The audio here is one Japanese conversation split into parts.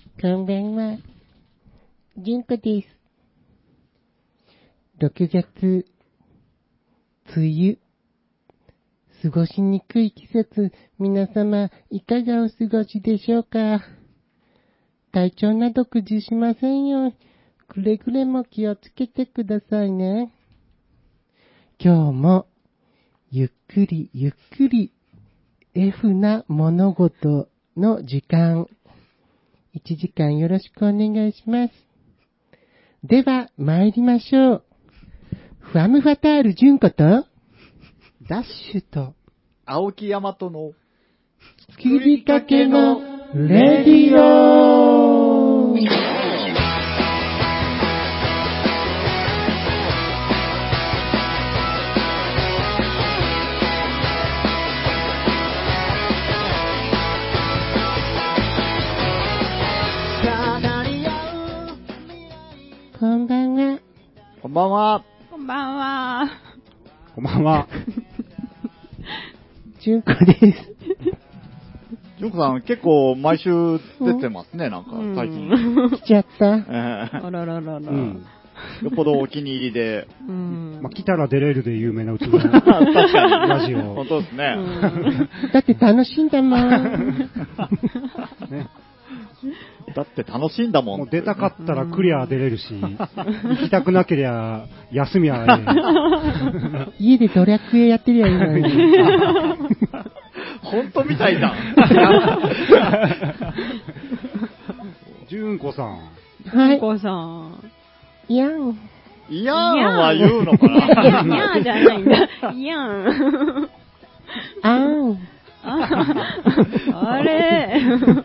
こんばんは。じゅんこです。6月、梅雨。過ごしにくい季節、皆様、いかがお過ごしでしょうか。体調など崩しませんよ。くれぐれも気をつけてくださいね。今日も、ゆっくりゆっくり、F な物事の時間、1時間よろしくお願いします。では、参りましょう。ファムファタール純子と、ダッシュと、 青木大和の、 作りかけの、レディオこんばんは。 こんばんは。 こんばんは。 こんばんは。 純子です。 ジョンコさん結構毎週出てますね、なんか最近。 来ちゃった。 あらららら。 うん。 よっぽどお気に入りで。 まあ、来たら出れるで有名なうちの確かに。 ラジオ。 本当ですね。 だって楽しいんだもん。 ね、 だって楽しいんだもん。 もう出たかったらクリア出れるし、行きたくなけりゃ休みは家でドラクエやってりゃいいのに。 本当みたいじゃん。 純子さん。 はい。 お子さん。 いやん。 いやんは言うのかな。 いやんじゃないんだ。いやん。 あん。 あれ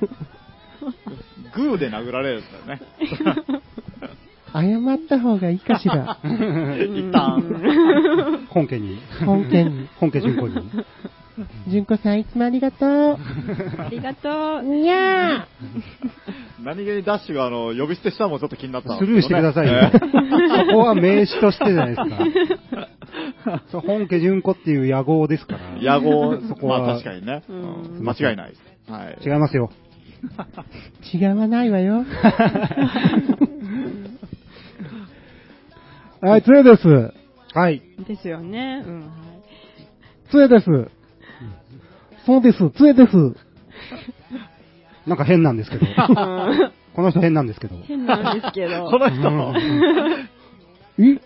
グーで殴られるんだよね。 謝った方がいいかしら。 一旦。 本家に。 本家に。 本家純子に。 純子さんいつもありがとう。 ありがとう。 いや何気にダッシュが呼び捨てしたのもちょっと気になったんスですけどね。 ルーしてくださいよ。そこは名詞としてじゃないですか。そう本家純子っていう野号ですから。 野号、 そこはまあ確かにね。間違いないです。はい。 違いますよ。 違わないわよ。 はい、つえです。 はい。 ですよね。 つえです。そうです、つえです。 なんか変なんですけど。この人変なんですけど。 変なんですけど。 この人。 え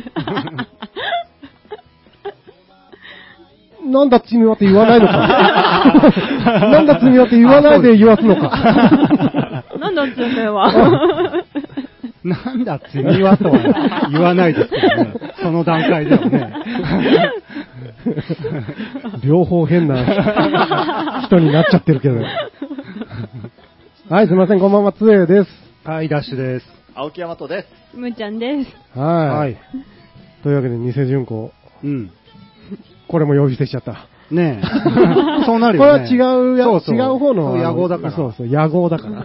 なんだ君はって言わないのか。なんだ君はって言わないで言わすのか。 なんだっつうめは。 なんだ君はとは言わないですけどね。その段階ではね。 両方変な人になっちゃってるけど。はい、すいません、こんばんは、つえです。 はい、ダッシュです。 青木大和です。 むーちゃんです。 はい。 はい。 というわけで、偽純子。 うん。 これも呼び捨てしちゃった。 ねえ。そうなるよね。 これは違うそうそう違う方の。 野号だから。 そうそう、野号だから。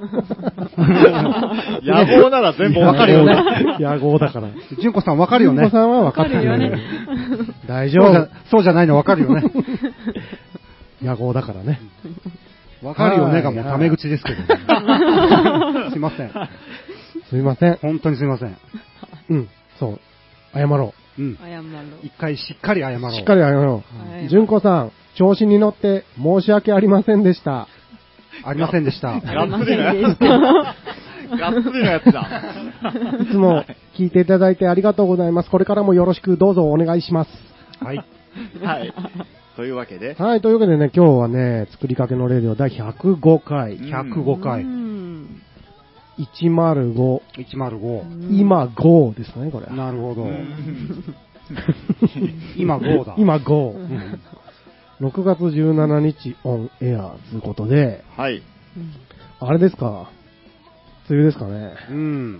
野号なら全部わかるよね。 野号だから。 純子さんわかるよね。 純子さんはわかってるわかるよね。 大丈夫。 そうじゃないのわかるよね。 野号だからね。 わかるよねがもうタメ口ですけど。すいません。 すいません。 本当にすいません。 うん、そう。謝ろうん。 謝ろう。 一回しっかり謝ろう。 う。しっかり謝ろはい。 う。純子さん、調子に乗って申し訳ありませんでした。 ありませんでした。 がっつりのやつだ。がっつりのやつだ。 いつも聞いていただいてありがとうございます。これからもよろしくどうぞお願いします。 はい。 はい。というわけで、 はい、というわけでね、今日はね、作りかけのレディオ第105回。 105回。 105。 105。 今5ですね、これ。 なるほど。今5だ。 今5。6月17日オンエアということで、 はい。 あれですか、梅雨ですかね。 うん。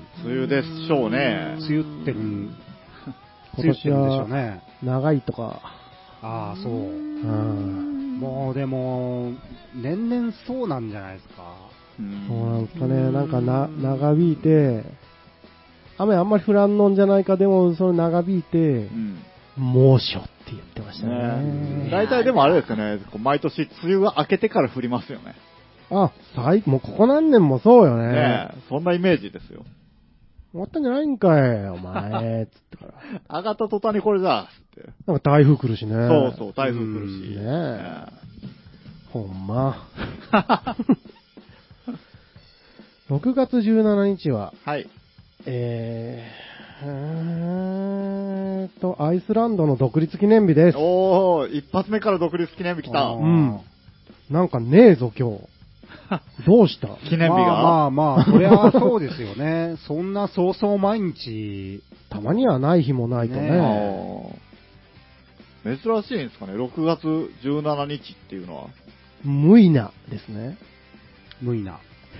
梅雨でしょうね。 梅雨ってる。 今梅雨って年るんでしょうはね。 長いとか。 ああ、そう。 うんもうでも、年々そうなんじゃないですか。 そうなんですかね、なんか長引いて、雨あんまり降らんのんじゃないか、でもその長引いて、猛暑って言ってましたね。 大体でもあれですよね、毎年梅雨が明けてから降りますよね。 あ、もうここ何年もそうよね。 ねえ、そんなイメージですよ。 終わったんじゃないんかい、お前、つってから。 上がった途端にこれだ、つって。 なんか台風来るしね。 そうそう、台風来るし。 ねえ。ほんま。6月17日は、 はい。 アイスランドの独立記念日です。 おー、一発目から独立記念日来た。 うん。なんかねえぞ、今日。どうした記念日がまあ、そりゃそうですよね。そんなそうそう毎日。 たまにはない日もないとね。 珍しいんですかね、6月17日っていうのは。 無いなですね。 無いな。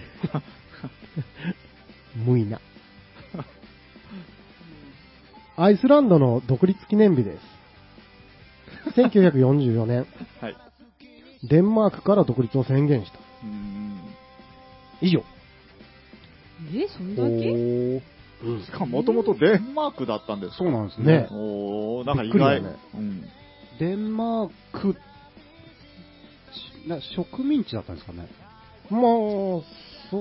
無いな。アイスランドの独立記念日です。1944年。 はい。 デンマークから独立を宣言した。以上。 そんだけ？ しかももともとデンマークだったんですか？ そうなんですね。 おー、なんか意外。 ね、 デンマーク、植民地だったんですかね。 まあ、そう。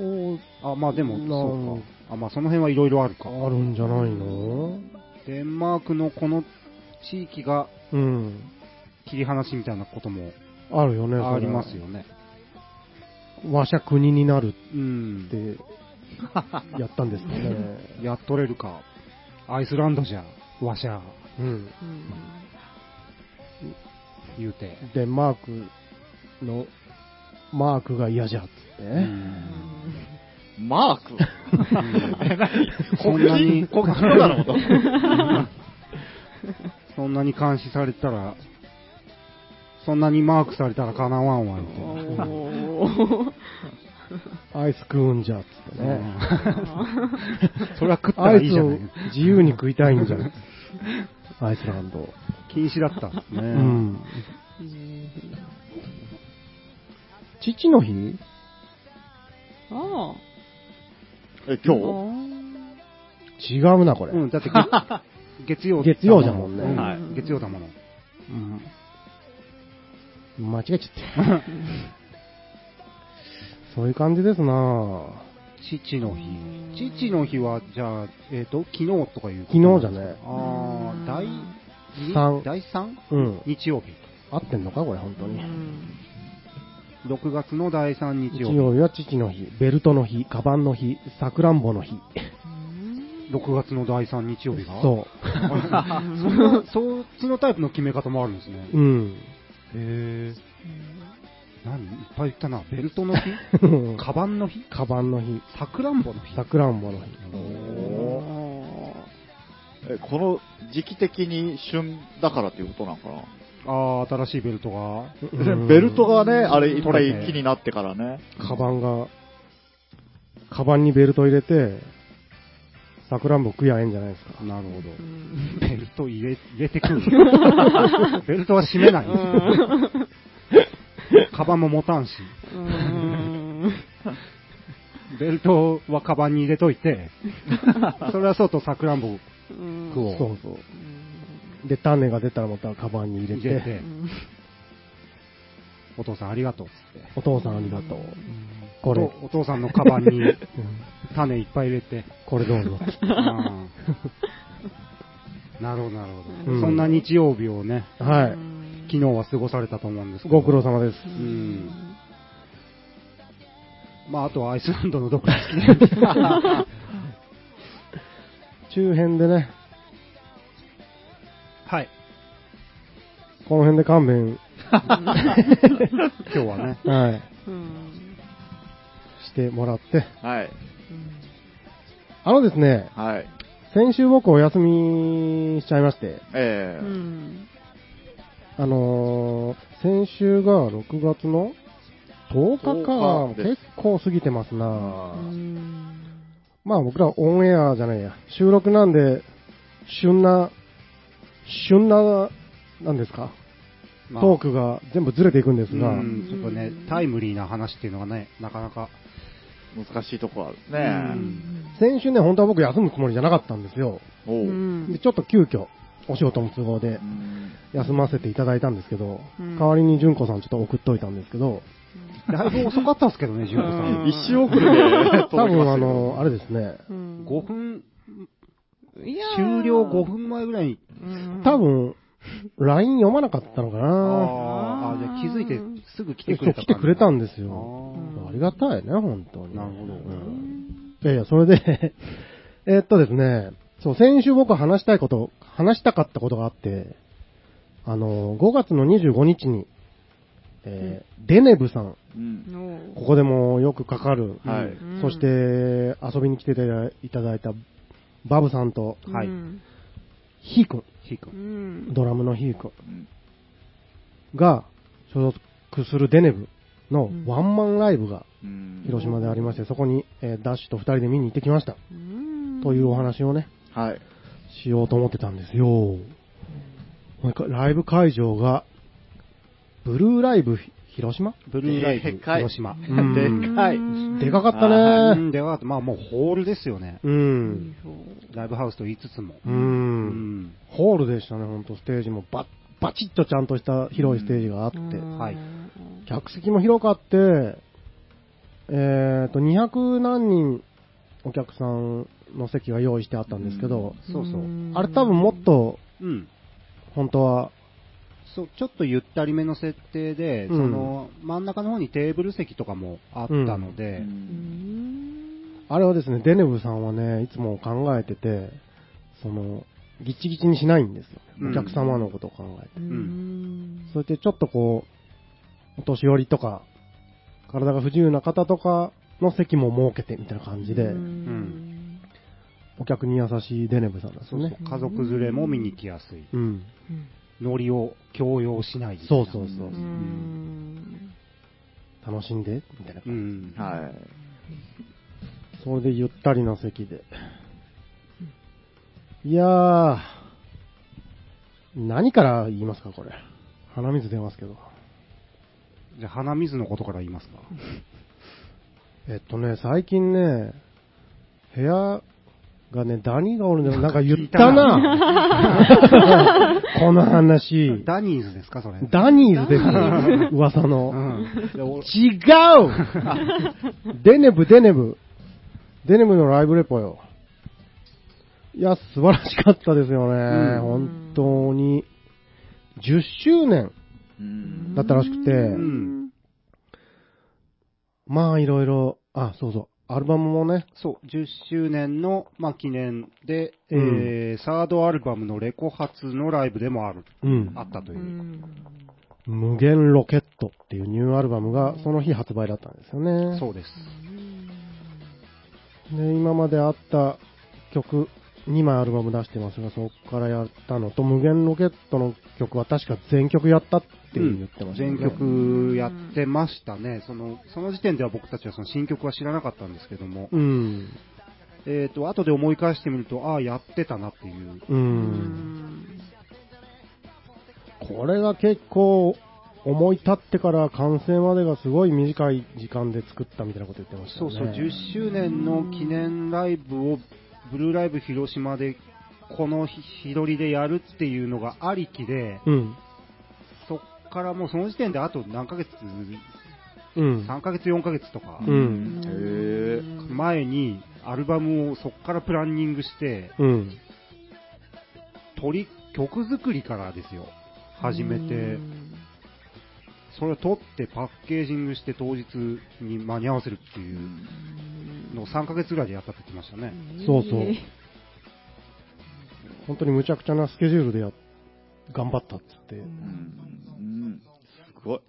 まあでも、そうか。まあその辺はいろいろあるか。 あるんじゃないの？ デンマークのこの地域が、切り離しみたいなこともあるよね。 ありますよね。 和社国になるってやったんですかね。 やっとれるか。アイスランドじゃ和社、言うてデンマークのマークが嫌じゃっつって、 マークそんなに国旗だろうとそんなに監視されたら、そんなにマークされたらかなわんわんって。 アイス食うんじゃっつってね。 それは食ったらいいじゃない。 アイスを自由に食いたいんじゃん。アイスランド。 禁止だったんですね。 父の日？ ああ。 今日？違うな、これ。 だって月曜じゃもんね。 月曜だもの。 間違えちゃって。そういう感じですな。 父の日。父の日は、じゃあ、昨日とかいう。 昨日じゃね。 第 3？ 日曜日。 合ってんのかこれ、本当に。 6月の第3日曜日。 日曜日は父の日、ベルトの日、カバンの日、さくらんぼの日。 6月の第3日曜日がそう。 そっちのタイプの決め方もあるんですね。何いっぱい言ったな。ベルトの日カバンの日カバンの日。 さくらんぼの日さくらんぼの日。 この時期的に旬だからっていうことなのかな。 新しいベルトが。 ベルトがね、あれいっぱい気になってからね。 カバンにベルト入れて、さくらんぼ食やええんじゃないですか。 なるほど。ベルト入れてくる。ベルトは締めない。カバンも持たんし。ベルトはカバンに入れといて、それはそうとさくらんぼ食おう。 そうそう。で、種が出たらまたカバンに入れて、 お父さんありがとうっつって。 お父さんありがとう。これ。 お父さんのカバンに種いっぱい入れて。 これどうぞ。 なるほど、なるほど。そんな日曜日をね、 はい。 昨日は過ごされたと思うんですけど。 ご苦労様です。 まあ、あとはアイスランドの独立記念日。 中辺でね。 はい。 この辺で勘弁。 今日はね。 はい。してもらって。 はい。 ですね。 はい。 先週僕お休みしちゃいまして。先週が6月の10日か。結構過ぎてますな。まあ僕らオンエアじゃないや。収録なんで、旬な、なんですか、トークが全部ずれていくんですが。 ちょっとね、タイムリーな話っていうのがね、なかなか難しいとこあるね。 先週ね、本当は僕休むつもりじゃなかったんですよ。でちょっと急遽、お仕事の都合で休ませていただいたんですけど、代わりに純子さんちょっと送っといたんですけど、 だいぶ遅かったんですけどね、純子さん。 一周遅れで多分あれですね。 5分、 いや終了5分前ぐらいに。 多分、LINE 読まなかったのかな。 じゃあ気づいてすぐ来てくれた。 来てくれたんですよ。ありがたいね、本当に。 なるほど。 いやいや、それで、ですね、そう、先週僕話したかったことがあって、5月の25日に、デネブさん、ここでもよくかかる、そして遊びに来ていただいたバブさんと、ヒー君、ドラムのヒー君が所属するデネブのワンマンライブが広島でありまして、そこに、ダッシュと2人で見に行ってきました。というお話をね、しようと思ってたんですよ。ライブ会場が、ブルーライブ広島？ ブルーライブ広島。 でかい。 でかかったね。 でかかった。まあもうホールですよね。ライブハウスと言いつつも。 ホールでしたね、ほんと。ステージもバチッとちゃんとした広いステージがあって。客席も広かって、200何人お客さんの席が用意してあったんですけど、あれ多分もっと、本当は、 そう、ちょっとゆったりめの設定で、その真ん中の方にテーブル席とかもあったので、 あれはですね、デネブさんはね、いつも考えてて、ギチギチにしないんですよ。お客様のことを考えて。それでちょっとこう、お年寄りとか、体が不自由な方とかの席も設けてみたいな感じで、お客に優しいデネブさんですね。 家族連れも見に来やすい。ノリを強要しない。 そう。楽しんでみたいな感じ。それでゆったりな席で。いやー、何から言いますか、これ。鼻水出ますけど。 じゃあ、鼻水のことから言いますか。 最近ね、部屋がね、ダニーがおるんじゃなんか言ったな。この話。 ダニーズですか、それ。 ダニーズですよ。噂の。違うデネブのライブレポよ。いや、素晴らしかったですよね。本当に。10周年だったらしくて、まあいろいろ、そうそう。アルバムもね。 そう、10周年の、記念で、サードアルバムのレコ発のライブでもあったという。 無限ロケットっていうニューアルバムがその日発売だったんですよね。 そうです。 で、今まであった曲、2枚アルバム出してますが、そこからやったのと、無限ロケットの曲は確か全曲やったって言ってましたね。 全曲やってましたね。その時点では僕たちはその新曲は知らなかったんですけども、後で思い返してみると、やってたなっていう。 これが結構、思い立ってから完成までがすごい短い時間で作ったみたいなこと言ってましたね。 そう、10周年の記念ライブをブルーライブ広島でこの日取りでやるっていうのがありきで、そっからもうその時点であと何ヶ月、3ヶ月4ヶ月とか、前にアルバムをそっからプランニングして、曲作りからですよ、始めて、それを撮ってパッケージングして当日に間に合わせるっていうのを3ヶ月ぐらいでやったって言ってましたね。 そう。本当に無茶苦茶なスケジュールで頑張ったっつって。 すごい。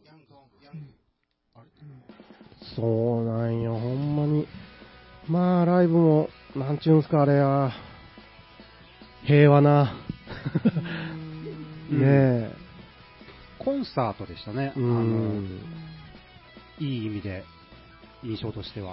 そうなんよ、ほんまに。まあ、ライブも、なんちゅうんすか、あれや。平和な。ねえ。 コンサートでしたね。いい意味で、印象としては。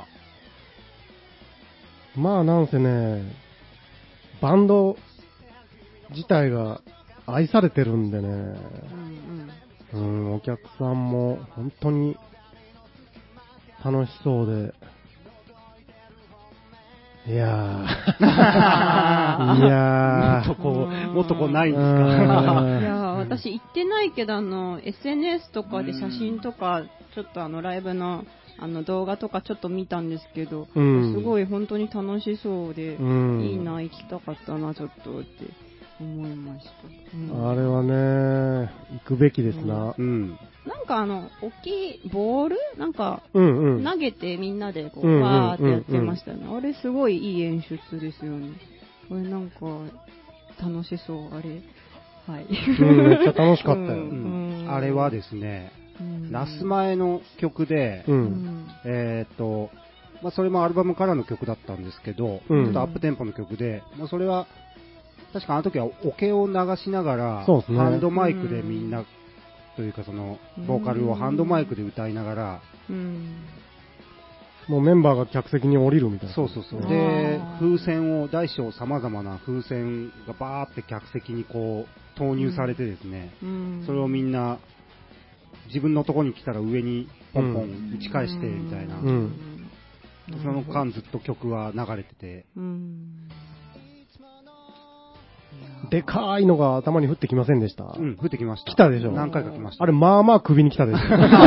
まあ、なんせね、バンド自体が愛されてるんでね、お客さんも本当に楽しそうで、いやー、 もっとこうないんですか。 私行ってないけど、SNS とかで写真とか、ちょっとライブの、動画とかちょっと見たんですけど、すごい本当に楽しそうで、いいな、行きたかったな、ちょっとって思いました。 あれはね、行くべきですな。 なんか大きいボールなんか、投げてみんなでこう、わーってやってましたよね。あれすごいいい演出ですよね。これなんか、楽しそう、あれ。はい。 めっちゃ楽しかったよ。 あれはですね、ラス前の曲で、まあ、それもアルバムからの曲だったんですけど、ちょっとアップテンポの曲で、まあ、それは、確かあの時はオケを流しながら、ハンドマイクでみんな、というかその、ボーカルをハンドマイクで歌いながら、 もうメンバーが客席に降りるみたいな。 そう。で、風船を、大小様々な風船がバーって客席にこう、投入されてですね、それをみんな、自分のとこに来たら上にポンポン打ち返してみたいな、その間ずっと曲は流れてて、 でかいのが頭に降ってきませんでした？ 降ってきました。 来たでしょ？ 何回か来ました。 あれ、まあまあ首に来たでしょ？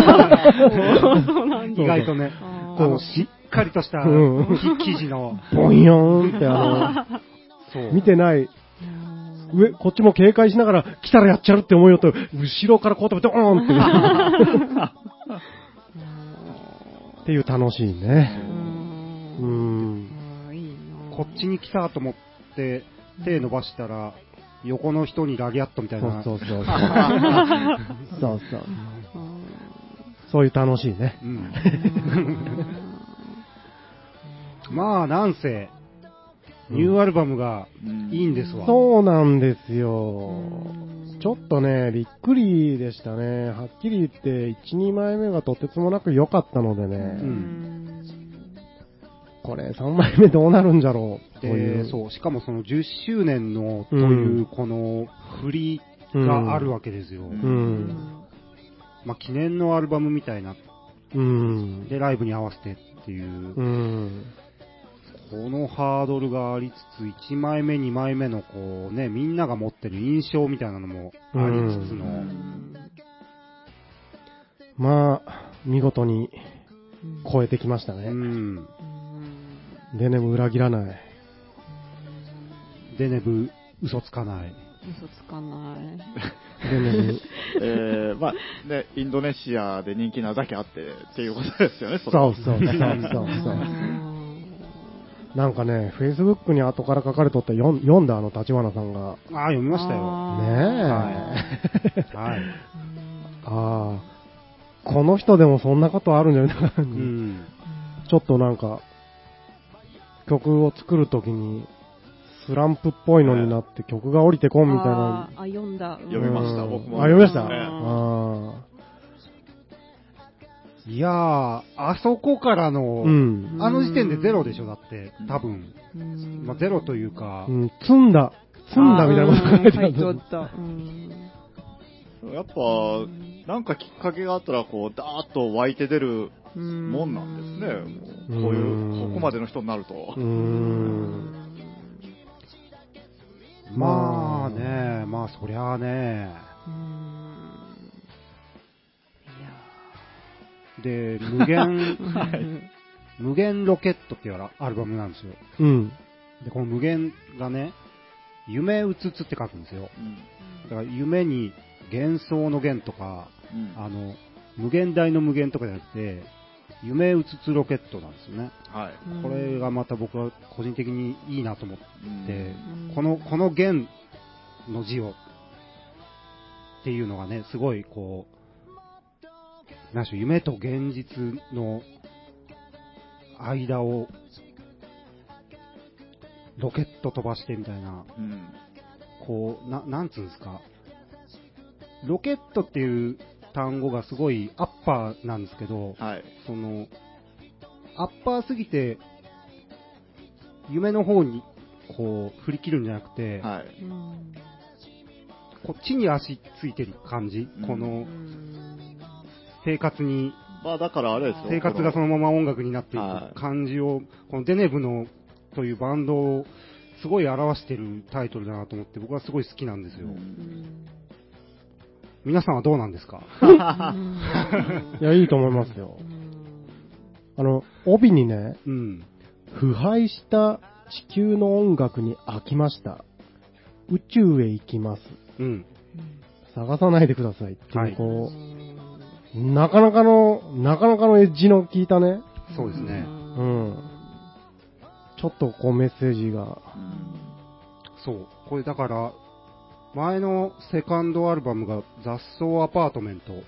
意外とね、しっかりとした生地の、 ボンヨーンって見てない。こっちも警戒しながら来たらやっちゃうって思うよと、後ろからこう食べて、オーンっていう楽しいね。 こっちに来たと思って手伸ばしたら、横の人にラリアットみたいな。 そう。そういう楽しいね。 まあ、なんせ、ニューアルバムがいいんですわ。 そうなんですよ。ちょっとね、びっくりでしたね。はっきり言って、1、2枚目がとてつもなく良かったのでね。これ、3枚目どうなるんじゃろうという。 そう、しかもその10周年のという、この振りがあるわけですよ。まあ、記念のアルバムみたいな。で、ライブに合わせてっていう。このハードルがありつつ、1枚目、2枚目のこうね、みんなが持ってる印象みたいなのもありつつの。 まあ、見事に超えてきましたね。デネブ裏切らない。 デネブ嘘つかない。 嘘つかない。 デネブ。まあね、インドネシアで人気なだけあってっていうことですよね、 そう。なんかね、Facebook に後から書かれとった読んだ立花さんが。 読みましたよ。 ねえ。はい。この人でもそんなことあるんじゃないかな。ちょっとなんか、曲を作るときに、スランプっぽいのになって曲が降りてこんみたいな。 読んだ。 読みました、僕も。 読みました。 いやー、あそこからの、あの時点でゼロでしょ、だって、多分。まあ、ゼロというか。 積んだみたいなこと考えてた。 やっぱ、なんかきっかけがあったら、こう、ダーッと湧いて出るもんなんですね。こういう、ここまでの人になると。 まあね、まあそりゃあね。で、無限ロケットっていうアルバムなんですよ。で、この無限がね、夢うつつって書くんですよ。だから夢に幻想の幻とか、無限大の無限とかじゃなくて、夢うつつロケットなんですよね。これがまた僕は個人的にいいなと思って、この幻の字をっていうのがね、すごいこう、なんでしょう、夢と現実の間をロケット飛ばしてみたいな、こう、なんつうんですか、ロケットっていう単語がすごいアッパーなんですけど、その、アッパーすぎて、夢の方にこう振り切るんじゃなくて、こっちに足ついてる感じ、この、生活に、 まあだからあれですよ。 生活がそのまま音楽になっていく感じを、このデネブのというバンドをすごい表しているタイトルだなと思って、僕はすごい好きなんですよ。 皆さんはどうなんですか？ いや、いいと思いますよ。帯にね、 うん。 腐敗した地球の音楽に飽きました。宇宙へ行きます。 うん。 探さないでくださいっていう、 はいこう、なかなかのエッジの効いたね。 そうですね。 うん。ちょっとこうメッセージが。 そう。これだから、前のセカンドアルバムが雑草アパートメント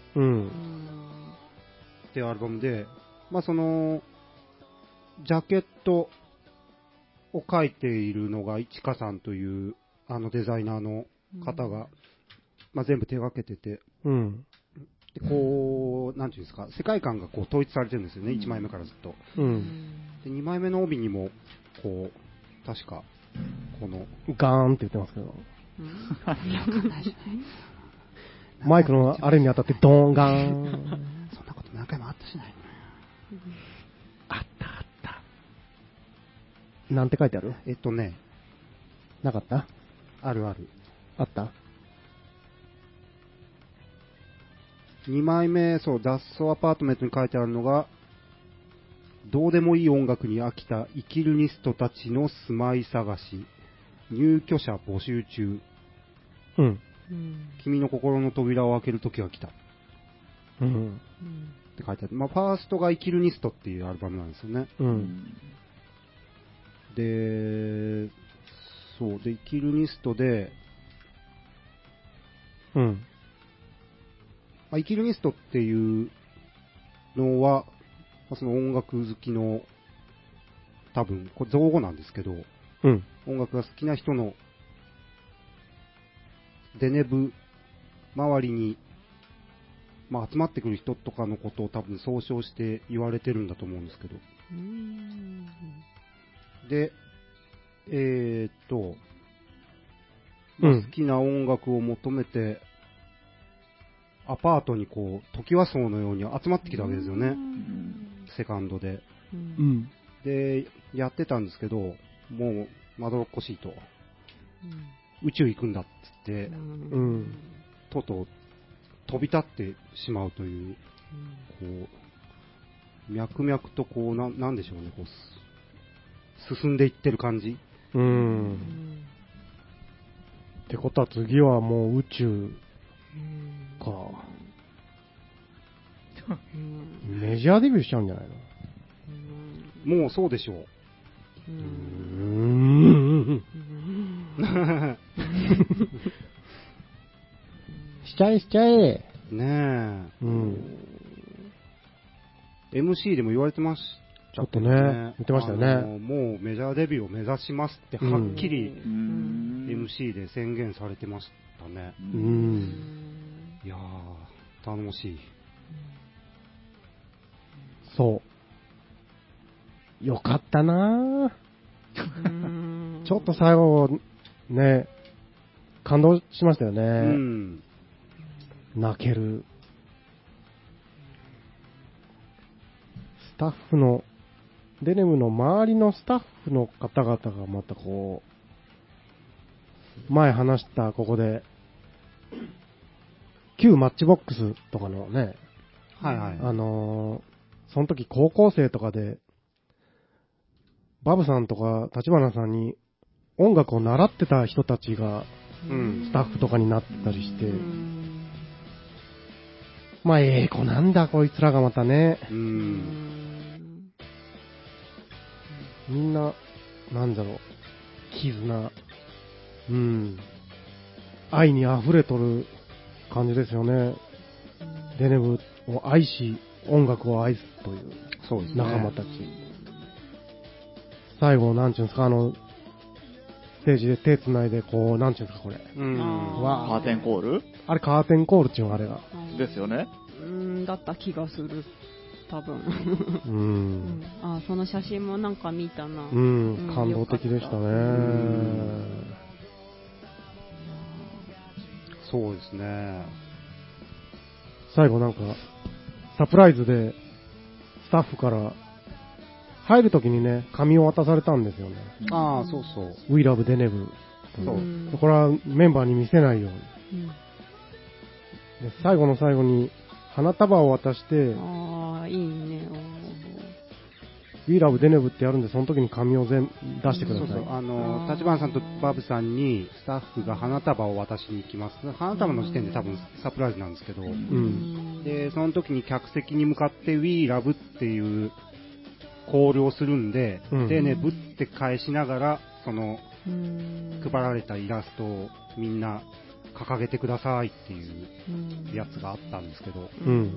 っていうアルバムで、まあその、ジャケットを描いているのがいちかさんというデザイナーの方が、まあ全部手掛けてて、 うん。 でこう、なんていうんですか、世界観がこう統一されてるんですよね、1枚目からずっと。 うん。 で、2枚目の帯にも、こう、確か、この、 ガーンって言ってますけど。マイクのあれに当たってドーンガーン。 そんなこと何回もあったしない。 あった。なんて書いてある？ なかったあるある。 あった？ 2 枚目、そう、脱走アパートメントに書いてあるのが、どうでもいい音楽に飽きた生きるニストたちの住まい探し、入居者募集中。 うん。 君の心の扉を開ける時が来た。 うん。 って書いてある。まあ、ファーストが生きるニストっていうアルバムなんですよね。 うん。 で、そう、で、生きるニストで、 うん。 まあ、生きるニストっていうのは、まあ、その音楽好きの、多分、これ造語なんですけど、 うん。 音楽が好きな人の、デネブ周りに、まあ、集まってくる人とかのことを多分総称して言われてるんだと思うんですけど。で、まあ、好きな音楽を求めて、アパートにこう、トキワ荘のように集まってきたわけですよね。セカンドで。で、やってたんですけど、もう、まどろっこしいと。宇宙行くんだっつって、とうとう飛び立ってしまうという、こう、脈々とこう、なんでしょうね、こう、進んでいってる感じ。 ってことは次はもう宇宙か。メジャーデビューしちゃうんじゃないの？もうそうでしょう。 しちゃえ。 ねえ。MC でも言われてましたちょっとね、言ってましたよね。 もうメジャーデビューを目指しますってはっきり MC で宣言されてましたね。いやー、頼もしい。 そう。よかったなぁ。ちょっと最後、ね、感動しましたよね。泣ける。スタッフの、デネムの周りのスタッフの方々がまたこう、前話したここで、旧マッチボックスとかのね、 はいはい。 その時高校生とかで、バブさんとか立花さんに音楽を習ってた人たちが、スタッフとかになってたりして、まあ、子なんだ、こいつらがまたね。みんな、なんだろう、絆、愛に溢れとる感じですよね。デネブを愛し、音楽を愛すという、 そうですね、 仲間たち。最後、なんちゅうんですか、ステージで手繋いで、こう、なんちゅうんですか、これ。 カーテンコール？ あれ、カーテンコールっていうのあれが。 ですよね。 だった気がする。多分。その写真もなんか見たな。 感動的でしたね。 そうですね。 最後なんか、サプライズで、スタッフから、入るときにね、紙を渡されたんですよね。 ああ、そうそう。 We Love Deneb。 そう。 これはメンバーに見せないように。 最後の最後に花束を渡して、 ああ、いいね。 We Love Deneb ってやるんで、その時に紙を出してください。そうそう、 立花さんとバブさんにスタッフが花束を渡しに行きます。花束の時点で多分サプライズなんですけど、で、その時に客席に向かって We Love っていうコールをするんで、Deneb って返しながら、その、配られたイラストをみんな掲げてくださいっていうやつがあったんですけど、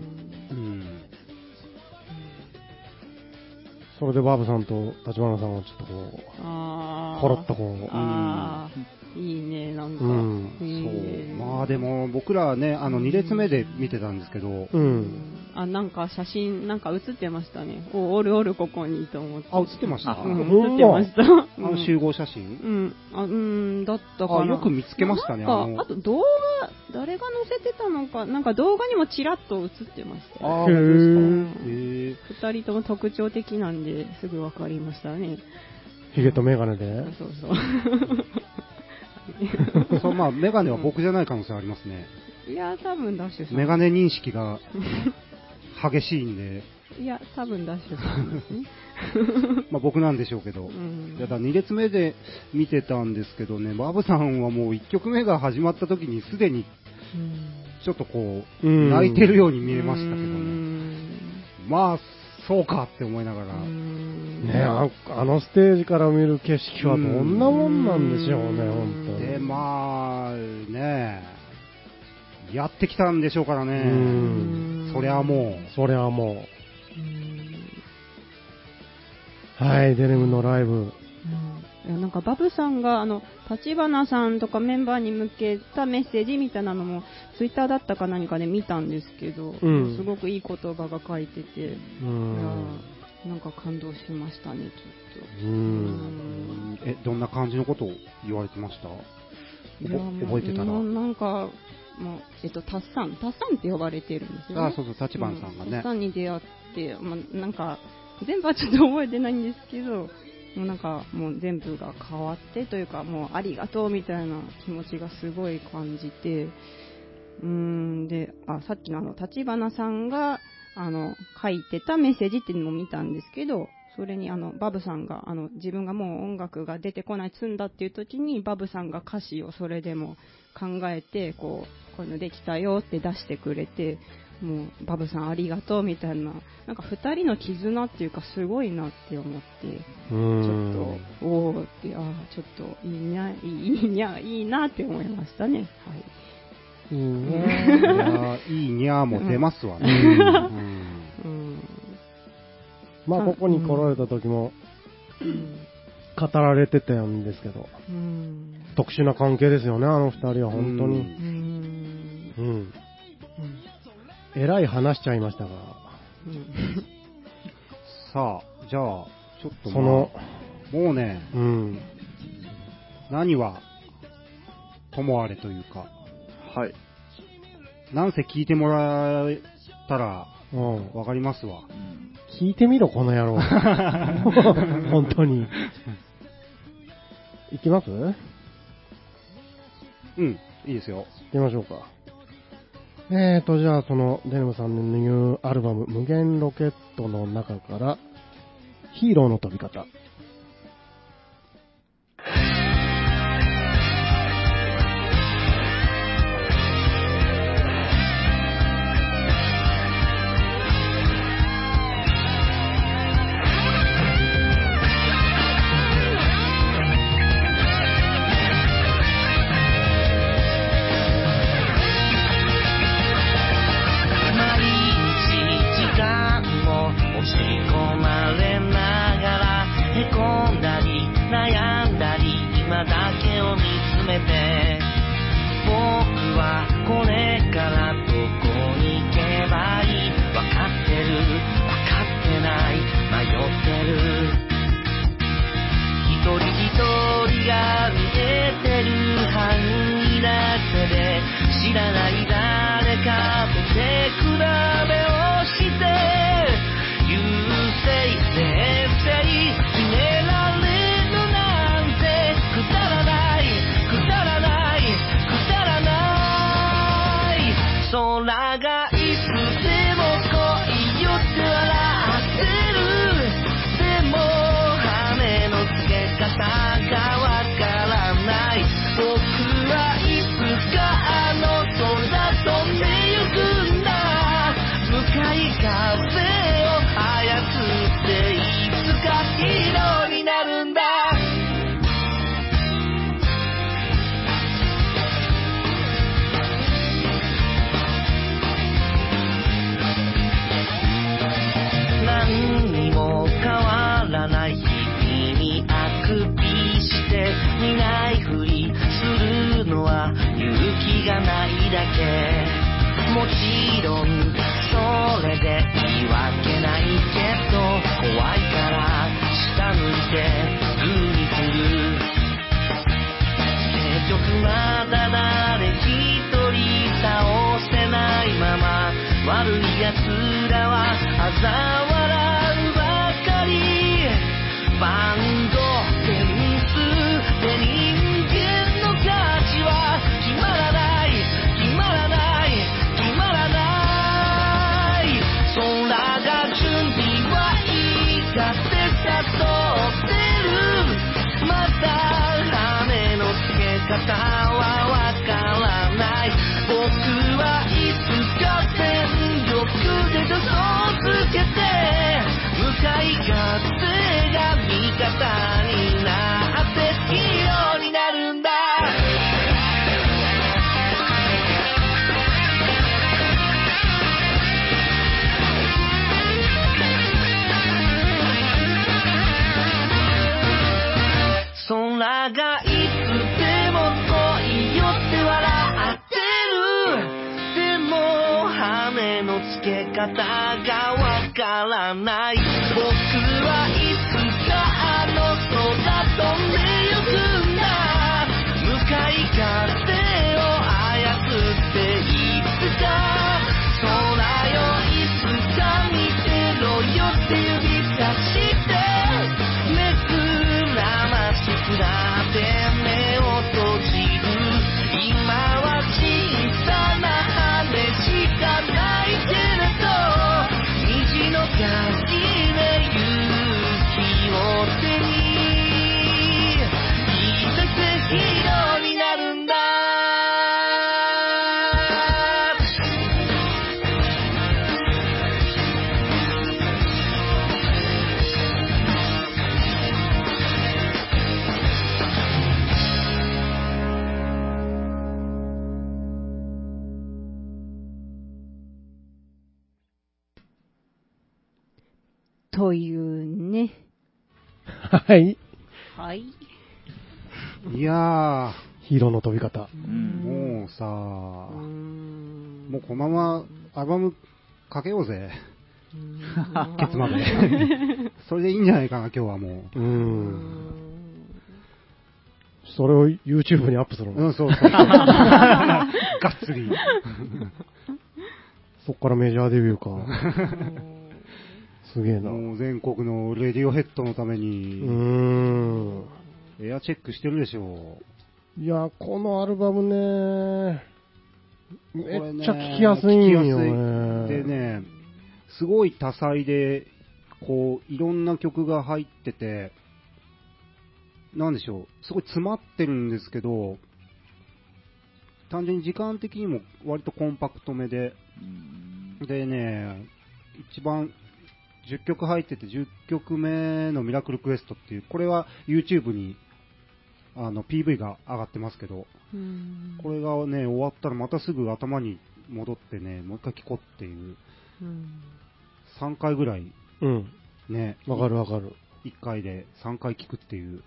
それでバーブさんと立花さんはちょっとこう、コロッとこう、 いいね、なんか。 そう。まあでも、僕らはね、2列目で見てたんですけど、 なんか写真、なんか写ってましたね。おるここにと思って。 あ、写ってました？ 写ってました。 集合写真？ だったかな。 よく見つけましたね。 あと動画、誰が載せてたのか、なんか動画にもちらっと映ってました。 本当ですか？ 二人とも特徴的なんで、すぐわかりましたね。 ヒゲとメガネで？ そう。 そう、まあ、メガネは僕じゃない可能性ありますね。 いや、多分ダッシュさん。 メガネ認識が激しいんで。 いや、多分ダッシュさんですね。 まあ僕なんでしょうけど。いやだ2列目で見てたんですけどね、バブさんはもう1曲目が始まった時にすでに、ちょっとこう、泣いてるように見えましたけどね。まあ、そうかって思いながら。 ね、あのステージから見る景色はどんなもんなんでしょうね、本当に。 で、まあ、ね、やってきたんでしょうからね。そりゃもう。 はい、デネムのライブ。 なんかバブさんが立花さんとかメンバーに向けたメッセージみたいなのもツイッターだったか何かで見たんですけど、すごくいい言葉が書いてて、なんか感動しましたね、ちょっと。どんな感じのことを言われてました？覚えてたら。 なんかもうタッサンって呼ばれてるんですよね。 そう、立花さんがね。 タッサンに出会って、なんか全部はちょっと覚えてないんですけど。もうなんかもう全部が変わってというか、もうありがとうみたいな気持ちがすごい感じて、で、さっきの立花さんが書いてたメッセージっていうのも見たんですけど、それにバブさんが自分がもう音楽が出てこない積んだっていう時にバブさんが歌詞をそれでも考えてこういうのできたよって出してくれて、もうバブさんありがとうみたいな、なんか2人の絆っていうかすごいなって思って、ちょっとおーって、ちょっといいなって思いましたね。はい。 いいにゃーも出ますわね。 まあここに来られた時も語られてたんですけど、特殊な関係ですよね、あの2人は本当に。えらい話しちゃいましたが。 さあ、じゃあ、ちょっともうね、何はともあれというか、 はい。 なんせ聞いてもらえたら、わかりますわ。 聞いてみろ、この野郎。本当に。行きます？ いいですよ。 行ってみましょうか。じゃあそのデネムさんのニューアルバム無限ロケットの中からヒーローの飛び方。 そくびして見ないふりするのは勇気がないだけ。もちろんそれでいいわけないけど、怖いから下向いてグーにする。結局まだ誰一人倒せないまま、悪い奴らは嘲笑うばかり。バンドテニスで人間の価値は決まらない決まらない決まらない。空が準備はいいかって誘ってる。また羽の付け方はわからない。僕はいつか全力で助走つけて、向かい風が味方になってヒーローになるんだ。空がいつでも恋よって笑ってる。でも羽の付け方がわからない。僕はいつかあの空飛んでゆくんだ。向かい風を操っていつか。空よいつか見てろよって指さしてめくらましくらって目を閉じる。今は小さな羽しかないけれど、虹の限り勇気を手にいざってヒーローになるんだ。 というね。 はい。 はい。 いやヒーローの飛び方。 もうさ、もうこのままアルバムかけようぜ。ケツまで。それでいいんじゃないかな、今日はもう。 それを YouTube にアップするの。 そう。がっつり。 そっからメジャーデビューか。すげえな。 もう全国のレディオヘッドのために、エアチェックしてるでしょう。いや、このアルバムね、めっちゃ聴きやすいんよね。 でね、すごい多彩で、こう、いろんな曲が入ってて、なんでしょう、すごい詰まってるんですけど、単純に時間的にも割とコンパクトめで、でね、一番10曲入ってて10曲目のミラクルクエストっていう、これは YouTube にPV が上がってますけど、これがね、終わったらまたすぐ頭に戻ってね、もう一回聴こうっていう、3回ぐらい、ね、 わかるわかる。 1回で3回聴くっていう、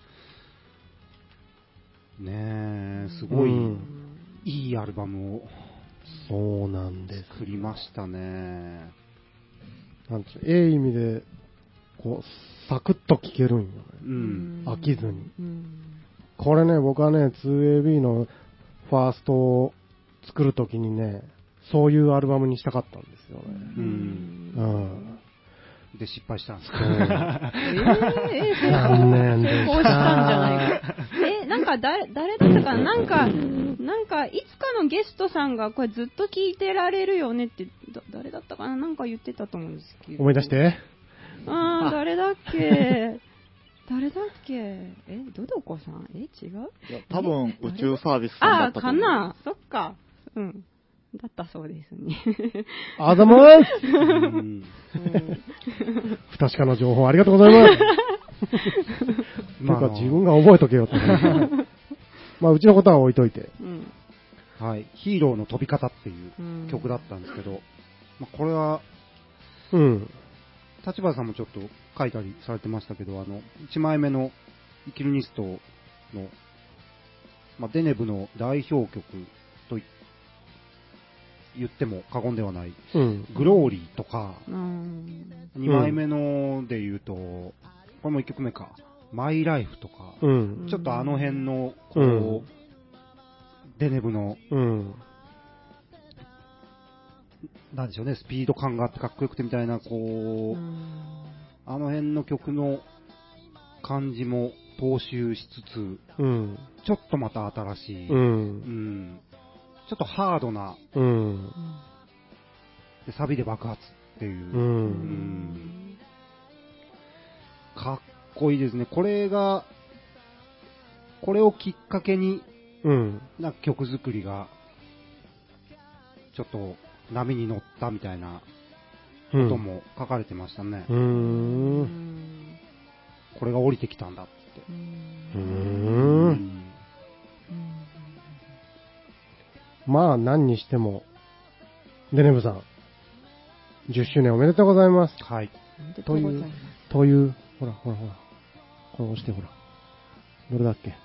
ね、すごいいいアルバムをそうなんです作りましたね。 なんていう、意味で、こう、サクッと聴けるんよね。飽きずに。これね、僕はね、2AB のファーストを作るときにね、そういうアルバムにしたかったんですよね。 で、失敗したんですか。 残念でした。 こうしたんじゃないか。なんか誰だったかな、なんかいつかのゲストさんがこれずっと聞いてられるよねって誰だったかな、なんか言ってたと思うんですけど。 思い出して。 誰だっけ。ドドコさん？違う？ いや、多分宇宙サービスさんだったと思う。 かな。そっか。だったそうですね。 あざまーす。不確かな情報ありがとうございます。なんか自分が覚えとけよって。まあうちのことは置いといて。 はい、ヒーローの飛び方っていう曲だったんですけど、まあ、これは、立花さんもちょっと書いたりされてましたけど、1枚目のイキルニストの、デネブの代表曲と言っても過言ではない、グローリーとか、2枚目ので言うと、これも1曲目か、マイライフとか、ちょっとあの辺の、こう、デネブの、なんでしょうね、スピード感があってかっこよくてみたいな、こう、あの辺の曲の感じも踏襲しつつ、ちょっとまた新しい、ちょっとハードな、でサビで爆発っていう、かっこいいですね。これをきっかけに、なんか曲作りが、ちょっと波に乗ったみたいなことも書かれてましたね。これが降りてきたんだって。 まあ何にしても、デネブさん、10周年おめでとうございます。 はい。 という、ほら、これ押してほら。どれだっけ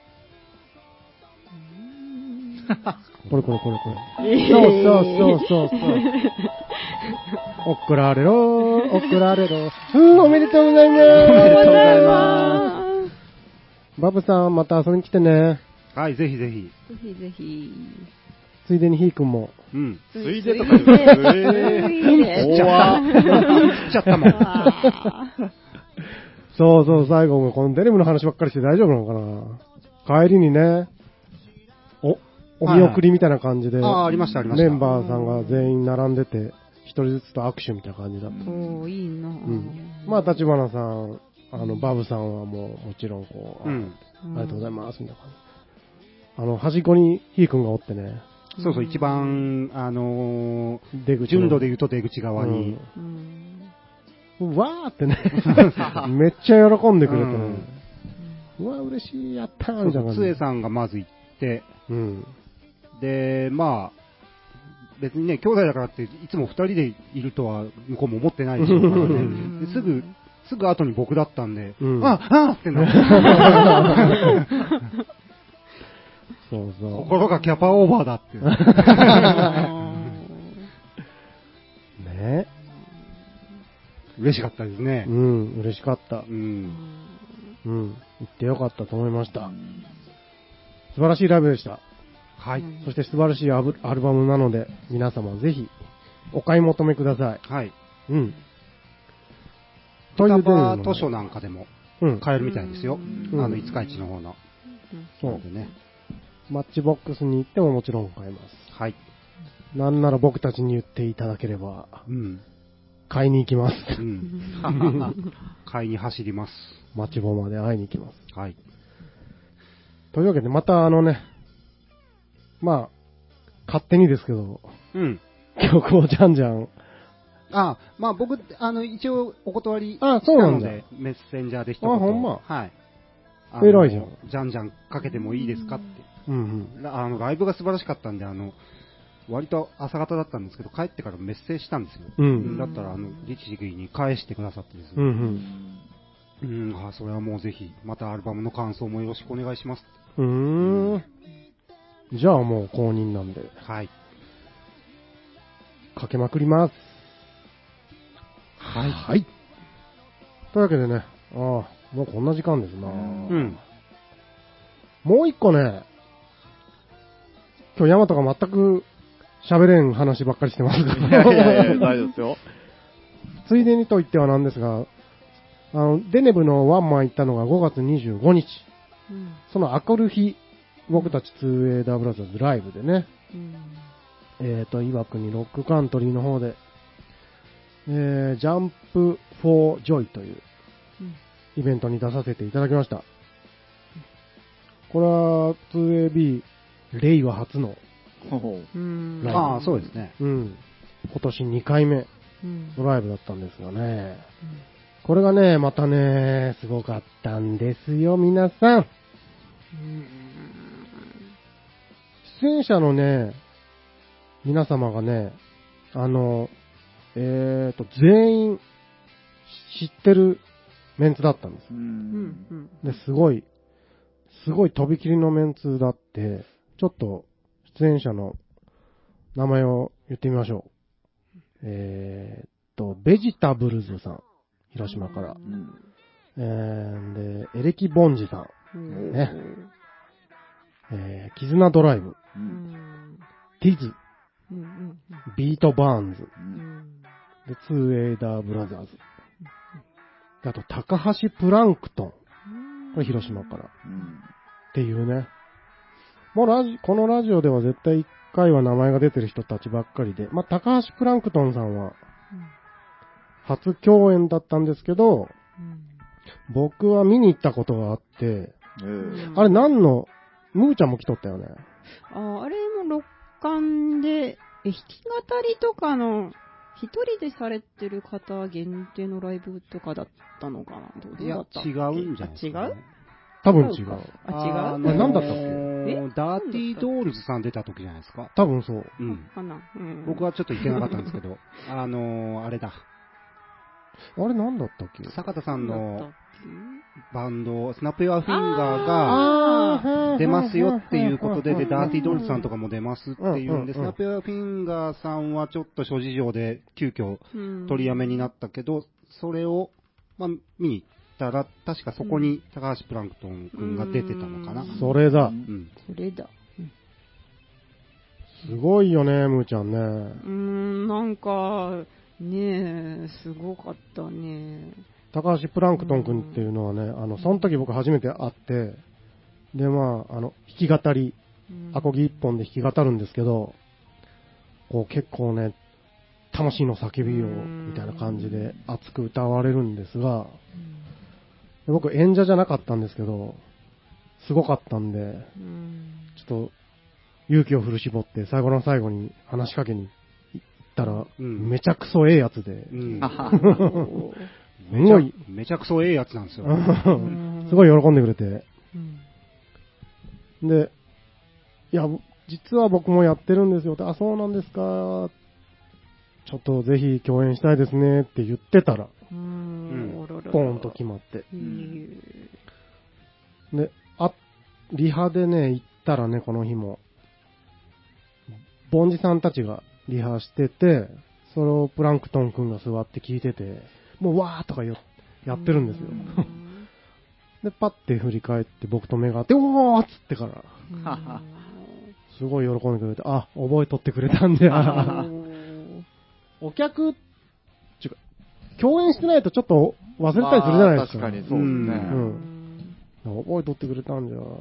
これ。そう。送られろ。おめでとうございます。おめでとうございます。バブさん、また遊びに来てね。 はい、ぜひぜひ。 ついでにひーくんも。 ついでとか言って。 怖っ。言っちゃったもん。 そう、最後もこのデネブの話ばっかりして大丈夫なのかな。帰りにね、お見送りみたいな感じで、 ありました。 メンバーさんが全員並んでて、一人ずつと握手みたいな感じだった。 いいな。 まあ、立花さん、バブさんはもちろんこう、ありがとうございますみたいな感じ。端っこにひーくんがおってね。 そう、一番、順路で言うと出口側に。 わーってね、めっちゃ喜んでくれてね。うわ、嬉しい、やったーみたいな感じ。 つえさんがまず行って、で、まあ、別にね、兄弟だからって、いつも二人でいるとは向こうも思ってないでしょうからね。すぐ後に僕だったんで、あってなって。 そう。 心がキャパオーバーだって。 ね。 嬉しかったですね。 嬉しかった。行ってよかったと思いました。素晴らしいライブでした。 はい。 そして素晴らしいアルバムなので、皆様ぜひお買い求めください。 はい。 という歌図書なんかでも買えるみたいですよ。五日市の方の。 そうでね。マッチボックスに行ってももちろん買えます。 はい。 なんなら僕たちに言っていただければ、買いに行きます。 買いに走ります。 マッチボまで会いに行きます。 はい。 というわけで、またまあ、勝手にですけど、曲をじゃんじゃん。 まあ僕、一応お断りしたので、メッセンジャーで一言。 ほんま。 はい。 偉いじゃん。 じゃんじゃんかけてもいいですかって。ライブが素晴らしかったんで、割と朝方だったんですけど、帰ってからメッセージしたんですよ。だったら、律儀に返してくださってですね。それはもうぜひ、またアルバムの感想もよろしくお願いします。 じゃあもう公認なんで。 はい。 かけまくります。 はい。 というわけでね、もうこんな時間ですな。もう一個ね、今日ヤマトが全く喋れん話ばっかりしてますけど。 いや、大丈夫ですよ。 ついでにと言ってはなんですが、デネブのワンマン行ったのが5月25日。その明くる日、僕たち 2A ダーブラザーズライブでね、岩国ロックカントリーの方で、ジャンプフォージョイというイベントに出させていただきました。これは 2AB 令和初のライブ。 そうですね。 今年2回目のライブだったんですがね、これがね、またね、すごかったんですよ、皆さん。出演者のね、皆様がね、全員知ってるメンツだったんです。 で、すごいとびきりのメンツだって、ちょっと出演者の名前を言ってみましょう。ベジタブルズさん、広島から。で、エレキボンジさん、ね。キズナドライブ、ティズ、ビートバーンズ、で、ツーエイダーブラザーズ。あと、高橋プランクトン。これ広島から。っていうね。もうこのラジオでは絶対一回は名前が出てる人たちばっかりで、まあ、高橋プランクトンさんは、初共演だったんですけど、僕は見に行ったことがあって、あれムーちゃんも来とったよね。 あれも六冠で、弾き語りとかの、一人でされてる方限定のライブとかだったのかな。 いや、違うんじゃないですか、ね。 違う？ 多分違う。 違う？ 何だったっけ？ ダーティードールズさん出た時じゃないですか。 多分そう。 かな。 僕はちょっと行けなかったんですけど、あれだ。 あれ何だったっけ？ 坂田さんのバンド、スナップ・ヨア・フィンガーが出ますよっていうことで、ダーティードールズさんとかも出ますっていうんで、スナップ・ヨア・フィンガーさんはちょっと諸事情で急遽取りやめになったけど、それを、まあ、見に行ったら、確かそこに高橋プランクトン君が出てたのかな。 それだ。 それだ。 すごいよね、むーちゃんね。 なんか、ねえ、すごかったね。 高橋プランクトン君っていうのはね、その時僕初めて会って、で、まあ、弾き語り、アコギ一本で弾き語るんですけど、こう結構ね、魂の叫びを、みたいな感じで熱く歌われるんですが、僕演者じゃなかったんですけど、すごかったんで、ちょっと勇気を振り絞って最後の最後に話しかけに行ったら、めちゃくそええやつで、 めちゃくそええやつなんですよ。 すごい喜んでくれて。で、いや、実は僕もやってるんですよ。あ、そうなんですか。ちょっとぜひ共演したいですねって言ってたら、ポーンと決まって。で、リハでね、行ったらね、この日も、ボンジさんたちがリハしてて、それをプランクトン君が座って聞いてて、もうわーとかやってるんですよ。で、パッて振り返って僕と目が合って、おーっつってから、すごい喜んでくれて、あ、覚えとってくれたんじゃ。お客、共演してないとちょっと忘れたりするじゃないですか。 確かにそうですね。 覚えとってくれたんじゃ、つって、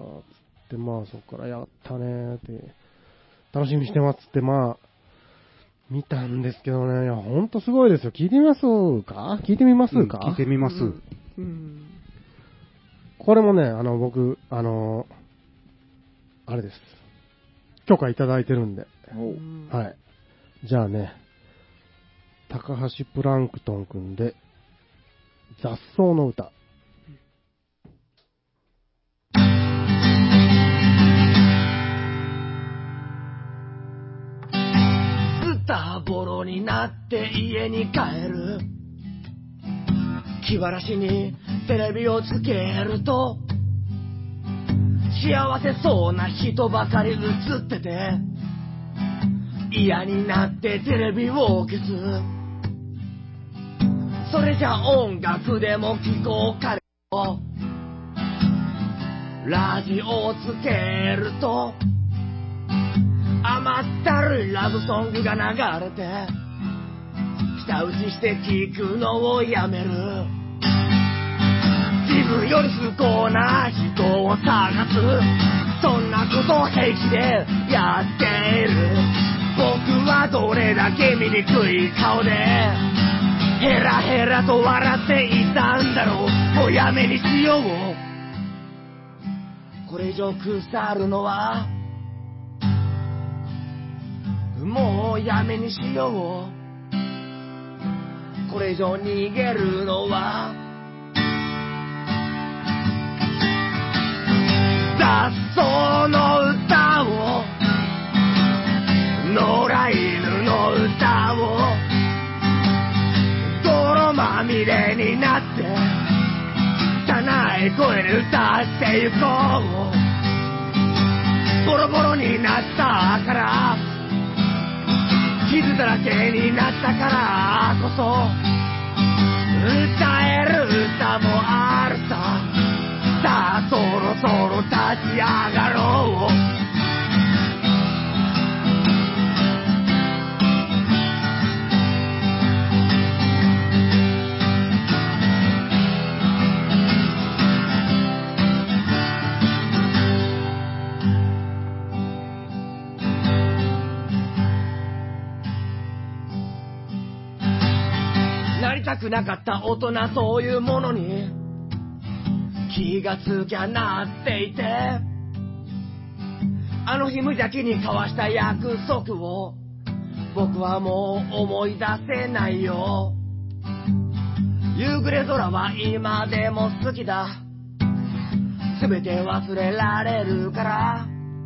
まあそこからやったねって、楽しみにしてますって、まあ、見たんですけどね、いや、ほんとすごいですよ。聞いてみますか？聞いてみますか？ 聞いてみます。 これもね、僕、あれです。許可いただいてるんで。はい。じゃあね、高橋プランクトン君で、雑草の歌。 ズタボロになって家に帰る。気晴らしにテレビをつけると、幸せそうな人ばかり映ってて、嫌になってテレビを消す。それじゃ音楽でも聴こうかねと、ラジオをつけると、甘ったるいラブソングが流れて、舌打ちして聴くのをやめる。自分より不幸な人を探す、そんなことを平気でやっている。僕はどれだけ醜い顔でヘラヘラと笑っていたんだろう。もうやめにしよう。これ以上腐るのはもうやめにしよう。これ以上逃げるのは雑草の歌を、野良犬の歌を、泥まみれになって汚いい声で歌ってゆこう。ボロボロになったから傷だらけになったからこそ歌える歌もあるさ。さあそろそろ立ち上がろう。なりたくなかった大人そういうものに気がつきゃなっていて、あの日無邪気に交わした約束を僕はもう思い出せないよ。夕暮れ空は今でも好きだ。全て忘れられるから。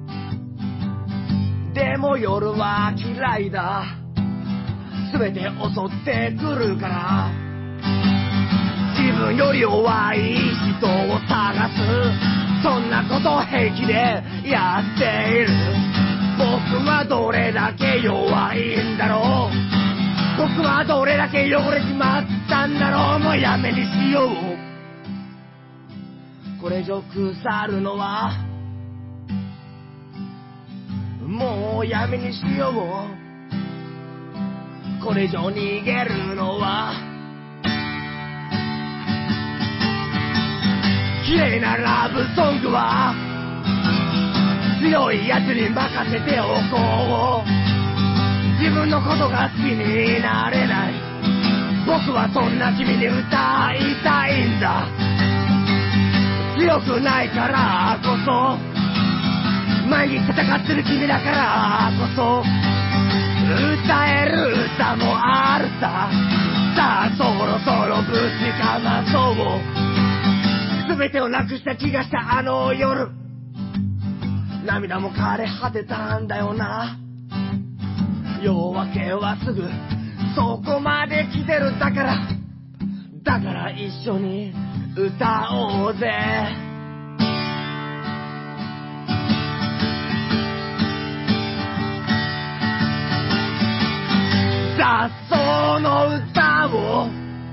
でも夜は嫌いだ。全て襲ってくるから。自分より弱い人を探す、そんなこと平気でやっている。僕はどれだけ弱いんだろう。僕はどれだけ汚れちまったんだろう。もうやめにしよう。これ以上腐るのはもうやめにしよう。これ以上逃げるのは綺麗なラブソングは強いやつに任せておこう。自分のことが好きになれない。僕はそんな君に歌いたいんだ。強くないからこそ、前に戦ってる君だからこそ、歌える歌もあるさ。さあそろそろぶちかまそう。全てをなくした気がしたあの夜、涙も枯れ果てたんだよな。夜明けはすぐそこまで来てる。だから一緒に歌おうぜ。雑草の歌を、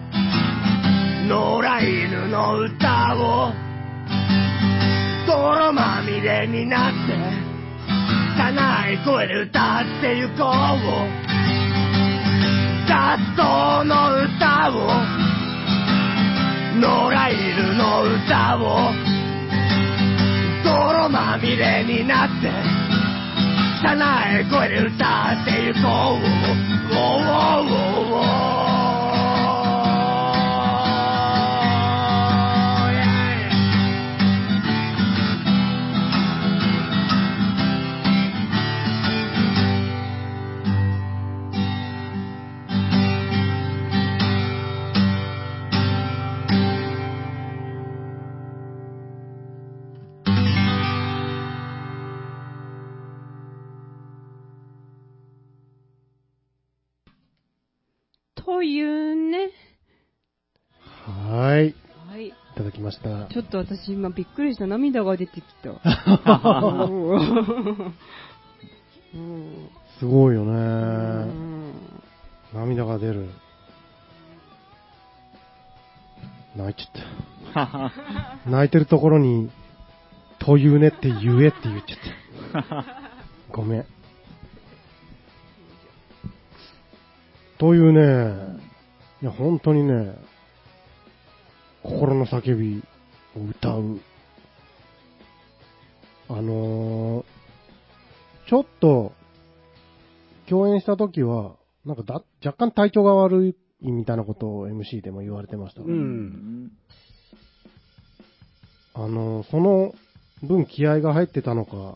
野良犬の歌を、泥まみれになって汚い声で歌ってゆこう。雑草の歌を、野良犬の歌を、泥まみれになって汚い声で歌ってゆこう。おーおーおーというね。 はい。 はい。 いただきました。 ちょっと私今びっくりした。涙が出てきた。 すごいよね。涙が出る。泣いちゃった。泣いてるところに、というねって言えって言っちゃった。ごめん。というね、いや本当にね、心の叫びを歌う。ちょっと、共演した時は、なんか若干体調が悪いみたいなことを MC でも言われてました。その分気合が入ってたのか、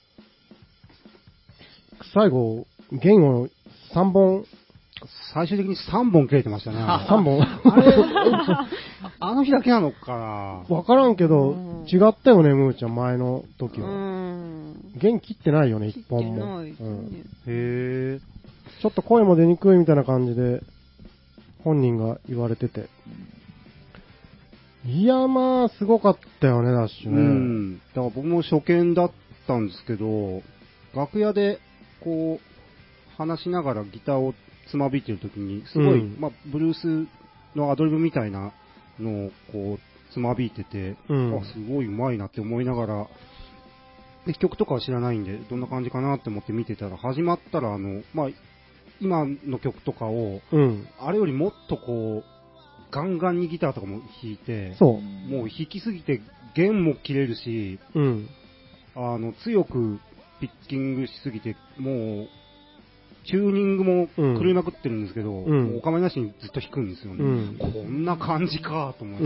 最後、弦を3本、 最終的に3本切れてましたね。 3本あの日だけなのかな。 わからんけど、違ったよね、ムーちゃん、前の時は。弦切ってないよね、1本も。へえ。ちょっと声も出にくいみたいな感じで、本人が言われてて。 いや、まあ、すごかったよね、ダッシュね。 うん。だから僕も初見だったんですけど、楽屋で、こう、話しながらギターをつまびいてるときに、すごい、まあ、ブルースのアドリブみたいなのを、こう、つまびいてて、あ、すごい上手いなって思いながら、で、曲とかは知らないんで、どんな感じかなって思って見てたら、始まったら、まあ、今の曲とかを、あれよりもっとこう、ガンガンにギターとかも弾いて、もう弾きすぎて弦も切れるし、強くピッキングしすぎて、もう、チューニングも狂いまくってるんですけど、もうお構いなしにずっと弾くんですよね。こんな感じかと思って、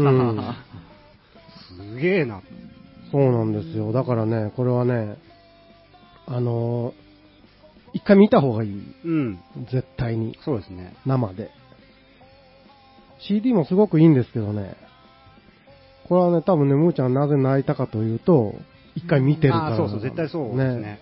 すげえな。 そうなんですよ。だからね、これはね、一回見た方がいい。絶対に。 そうですね。 生で。CD もすごくいいんですけどね、これはね、多分ね、むーちゃんなぜ泣いたかというと、一回見てるから、ね。 そうそう、絶対そうですね。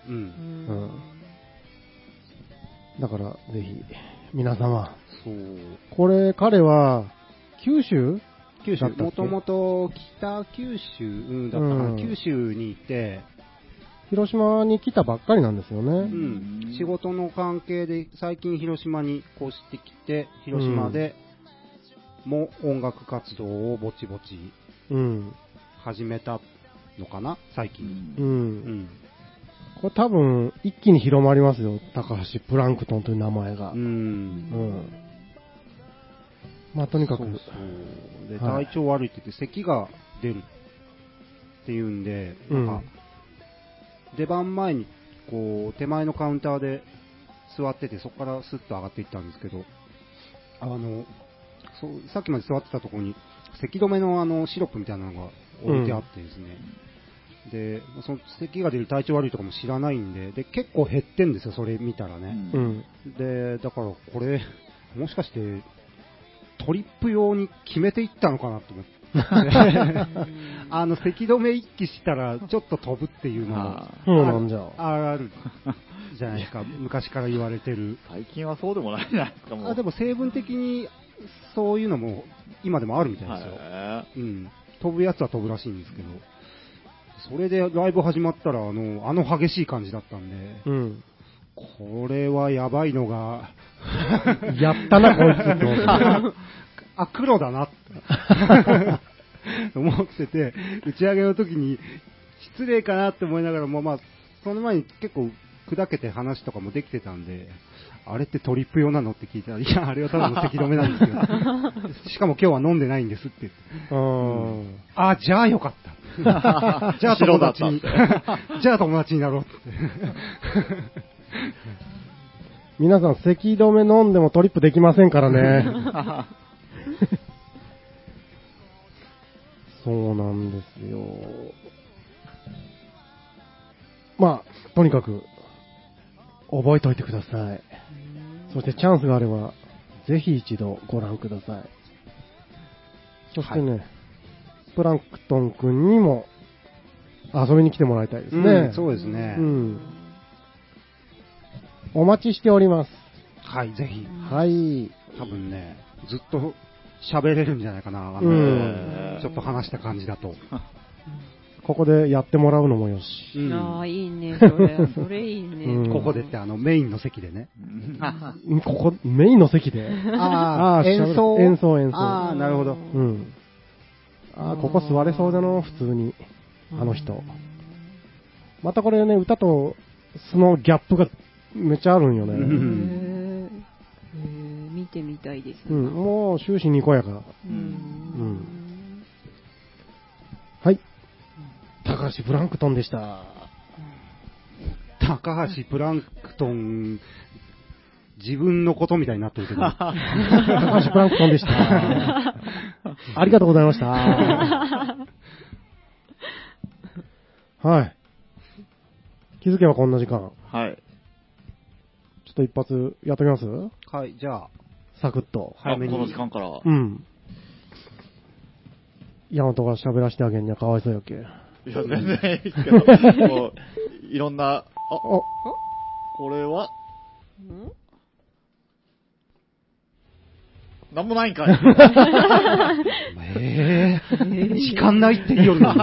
だから、ぜひ、皆様。 そう。 これ、彼は、九州もともと北九州、だったかな、九州にいて、 広島に来たばっかりなんですよね。 仕事の関係で、最近広島に越してきて、広島で、も音楽活動をぼちぼち始めたのかな、最近。 これ多分一気に広まりますよ、高橋プランクトンという名前が。まあとにかく。 そうそうで、体調悪いって言って咳が出るっていうんで、なんか出番前にこう手前のカウンターで座ってて、そこからスッと上がっていったんですけど、さっきまで座ってたところに咳止めのシロップみたいなのが置いてあってですね、でその咳が出る体調悪いとかも知らないんで、結構減ってんですよ、それ見たらね。でだからこれもしかしてトリップ用に決めていったのかなと思って咳止め一気したらちょっと飛ぶっていうのがあるじゃないですか、昔から言われてる。 最近はそうでもないじゃないですか。もうでも成分的にそういうのも今でもあるみたいですよ。飛ぶやつは飛ぶらしいんですけど、それでライブ始まったら激しい感じだったんで、これはやばいのがやったなこいつって思ってあ、黒だなって思ってて、打ち上げの時に失礼かなって思いながらも、まあその前に結構砕けて話とかもできてたんで、あれってトリップ用なのって聞いたら、いや、あれはただの咳止めなんですよ。しかも今日は飲んでないんですって言って。あ、じゃあよかった。じゃあ友達に、じゃあ友達になろうって。 皆さん、咳止め飲んでもトリップできませんからね。そうなんですよ。まあ、とにかく、覚えておいてください。そしてチャンスがあれば、ぜひ一度ご覧ください。そしてね、プランクトン君にも遊びに来てもらいたいですね。 そうですね。 お待ちしております。 はい、ぜひ。 はい。 多分ね、ずっと喋れるんじゃないかな。ちょっと話した感じだと。 ここでやってもらうのもよし。 ああ、いいね、それいいね。 ここでってメインの席でね。 ここ、メインの席でああ、演奏。ああ、なるほど。 ああ、ここ座れそうだな、普通に。あの人。またこれね、歌とそのギャップがめっちゃあるんよね。 見てみたいですね。 もう終始にこやか。はい。高橋プランクトンでした。 高橋プランクトン、自分のことみたいになってるけど。 高橋プランクトンでした。ありがとうございました。はい。気づけばこんな時間。 はい。 ちょっと一発やってみます？ はい、じゃあ。 サクッと。 早めに。この時間から。 ヤマトが喋らせてあげんにはかわいそうやけ。 いや、全然いいですけど、いろんな、これはなんもないんかい。 時間ないって言いよるのに。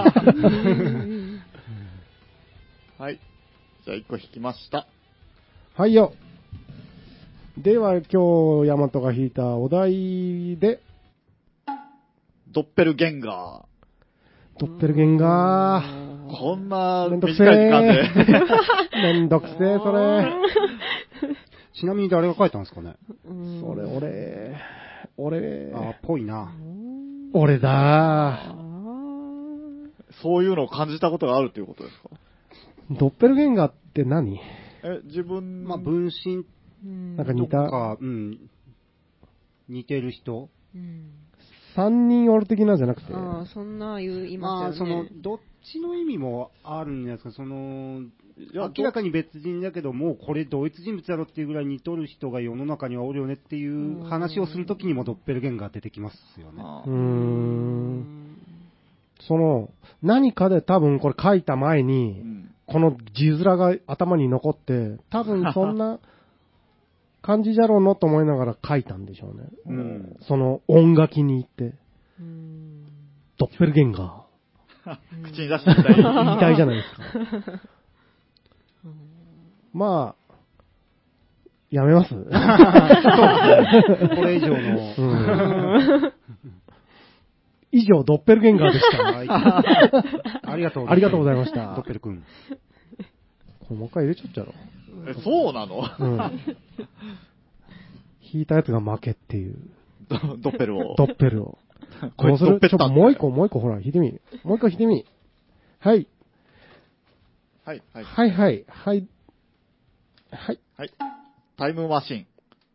はい。じゃあ1個引きました。 はいよ。では今日、ヤマトが引いたお題で、 ドッペルゲンガー。 ドッペルゲンガー。 こんなめんど短い時間で。 めんどくせえ、それ。 ちなみに誰が書いたんですかね。 それ、俺。 ぽいな。 俺だ。 そういうのを感じたことがあるっていうことですか？ ドッペルゲンガーって何？ 自分、 分身なんか似た。 似てる人？ 三人おる的なんじゃなくて。 そんな言いますよね。 どっちの意味もあるんじゃないですか。明らかに別人だけども、これ同一人物だろっていうぐらい似とる人が世の中にはおるよねっていう話をするときにもドッペルゲンガー出てきますよね。 何かで多分これ書いた前に、この字面が頭に残って、多分そんな感じじゃろうのと思いながら書いたんでしょうね。その音書きに行って。ドッペルゲンガー。口に出してみたい。 言いたいじゃないですか。まあ、やめます？そうですね。 これ以上の。 以上、ドッペルゲンガーでした。 ありがとうございました。 ドッペル君。 これもう一回入れちゃったろ。 そうなの？ 引いたやつが負けっていう。 ドッペルを。 ドッペルを。こうする？ちょっともう一個ほら、引いてみ。もう一個引いてみ。はい。はい。 タイムマシン。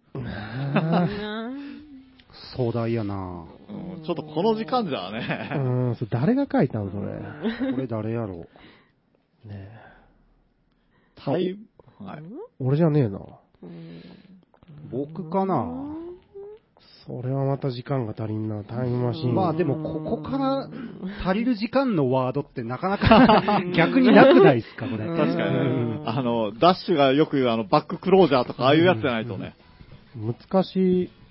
壮大やな。 ちょっとこの時間じゃね。 それ誰が書いたのそれ。 これ誰やろう。ねえ。 俺じゃねえな。 僕かな。 それはまた時間が足りんな、タイムマシン。 まあでも、ここから足りる時間のワードってなかなか逆になくないですか、これ。 確かにね。ダッシュがよく言うバッククロージャーとか、ああいうやつじゃないとね。 難しい。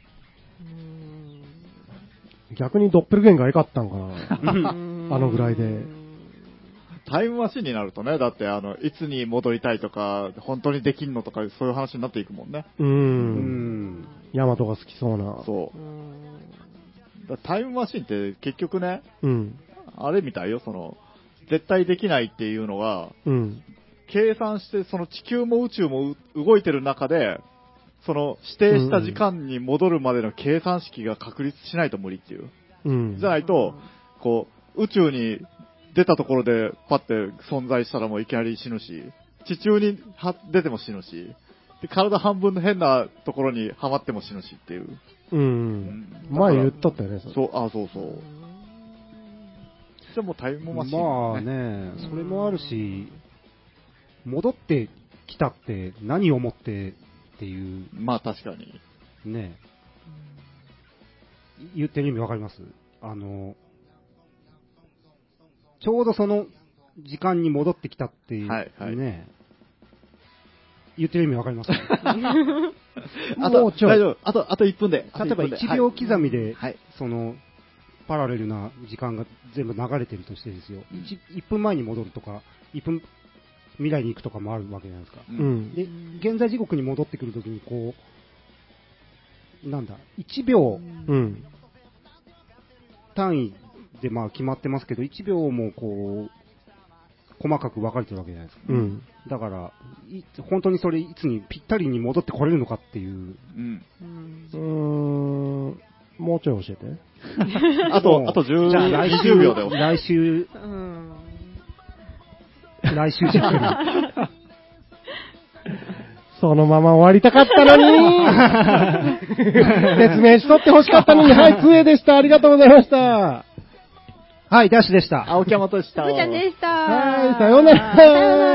逆にドッペルゲンガー良かったんかな。あのぐらいで。 タイムマシンになるとね、だっていつに戻りたいとか、本当にできんのとか、そういう話になっていくもんね。 ヤマトが好きそうな。 そう。タイムマシンって結局ね、あれみたいよ、絶対できないっていうのが、計算して、地球も宇宙も動いてる中で、指定した時間に戻るまでの計算式が確立しないと無理っていう。じゃないと、宇宙に出たところでパッて存在したらもういきなり死ぬし、地中に出ても死ぬし、で体半分の変なところにはまっても死ぬしっていう。 前言っとったよね。 そう。じゃあもうタイムマシン、 ね。まあね、それもあるし、戻ってきたって何をもってっていう。 まあ確かに。 ね。言ってる意味わかります？ちょうどその時間に戻ってきたっていうね。言ってる意味わかります大丈夫。あと1分で。 例えば1秒刻みで、パラレルな時間が全部流れてるとしてですよ。1分前に戻るとか、1分未来に行くとかもあるわけじゃないですか。で、現在時刻に戻ってくるときに1秒、単位で決まってますけど、1秒も細かく分かれてるわけじゃないですか。だから、本当にそれいつにぴったりに戻ってこれるのかっていう。 もうちょい教えて。 あと20秒で。 来週じっくり。 そのまま終わりたかったのに説明しとってほしかったのに、はい、つえでした。ありがとうございました。 はい、ダッシュでした。 青木山とした。 ふーちゃんでした。 はい、さようなら。 さようなら。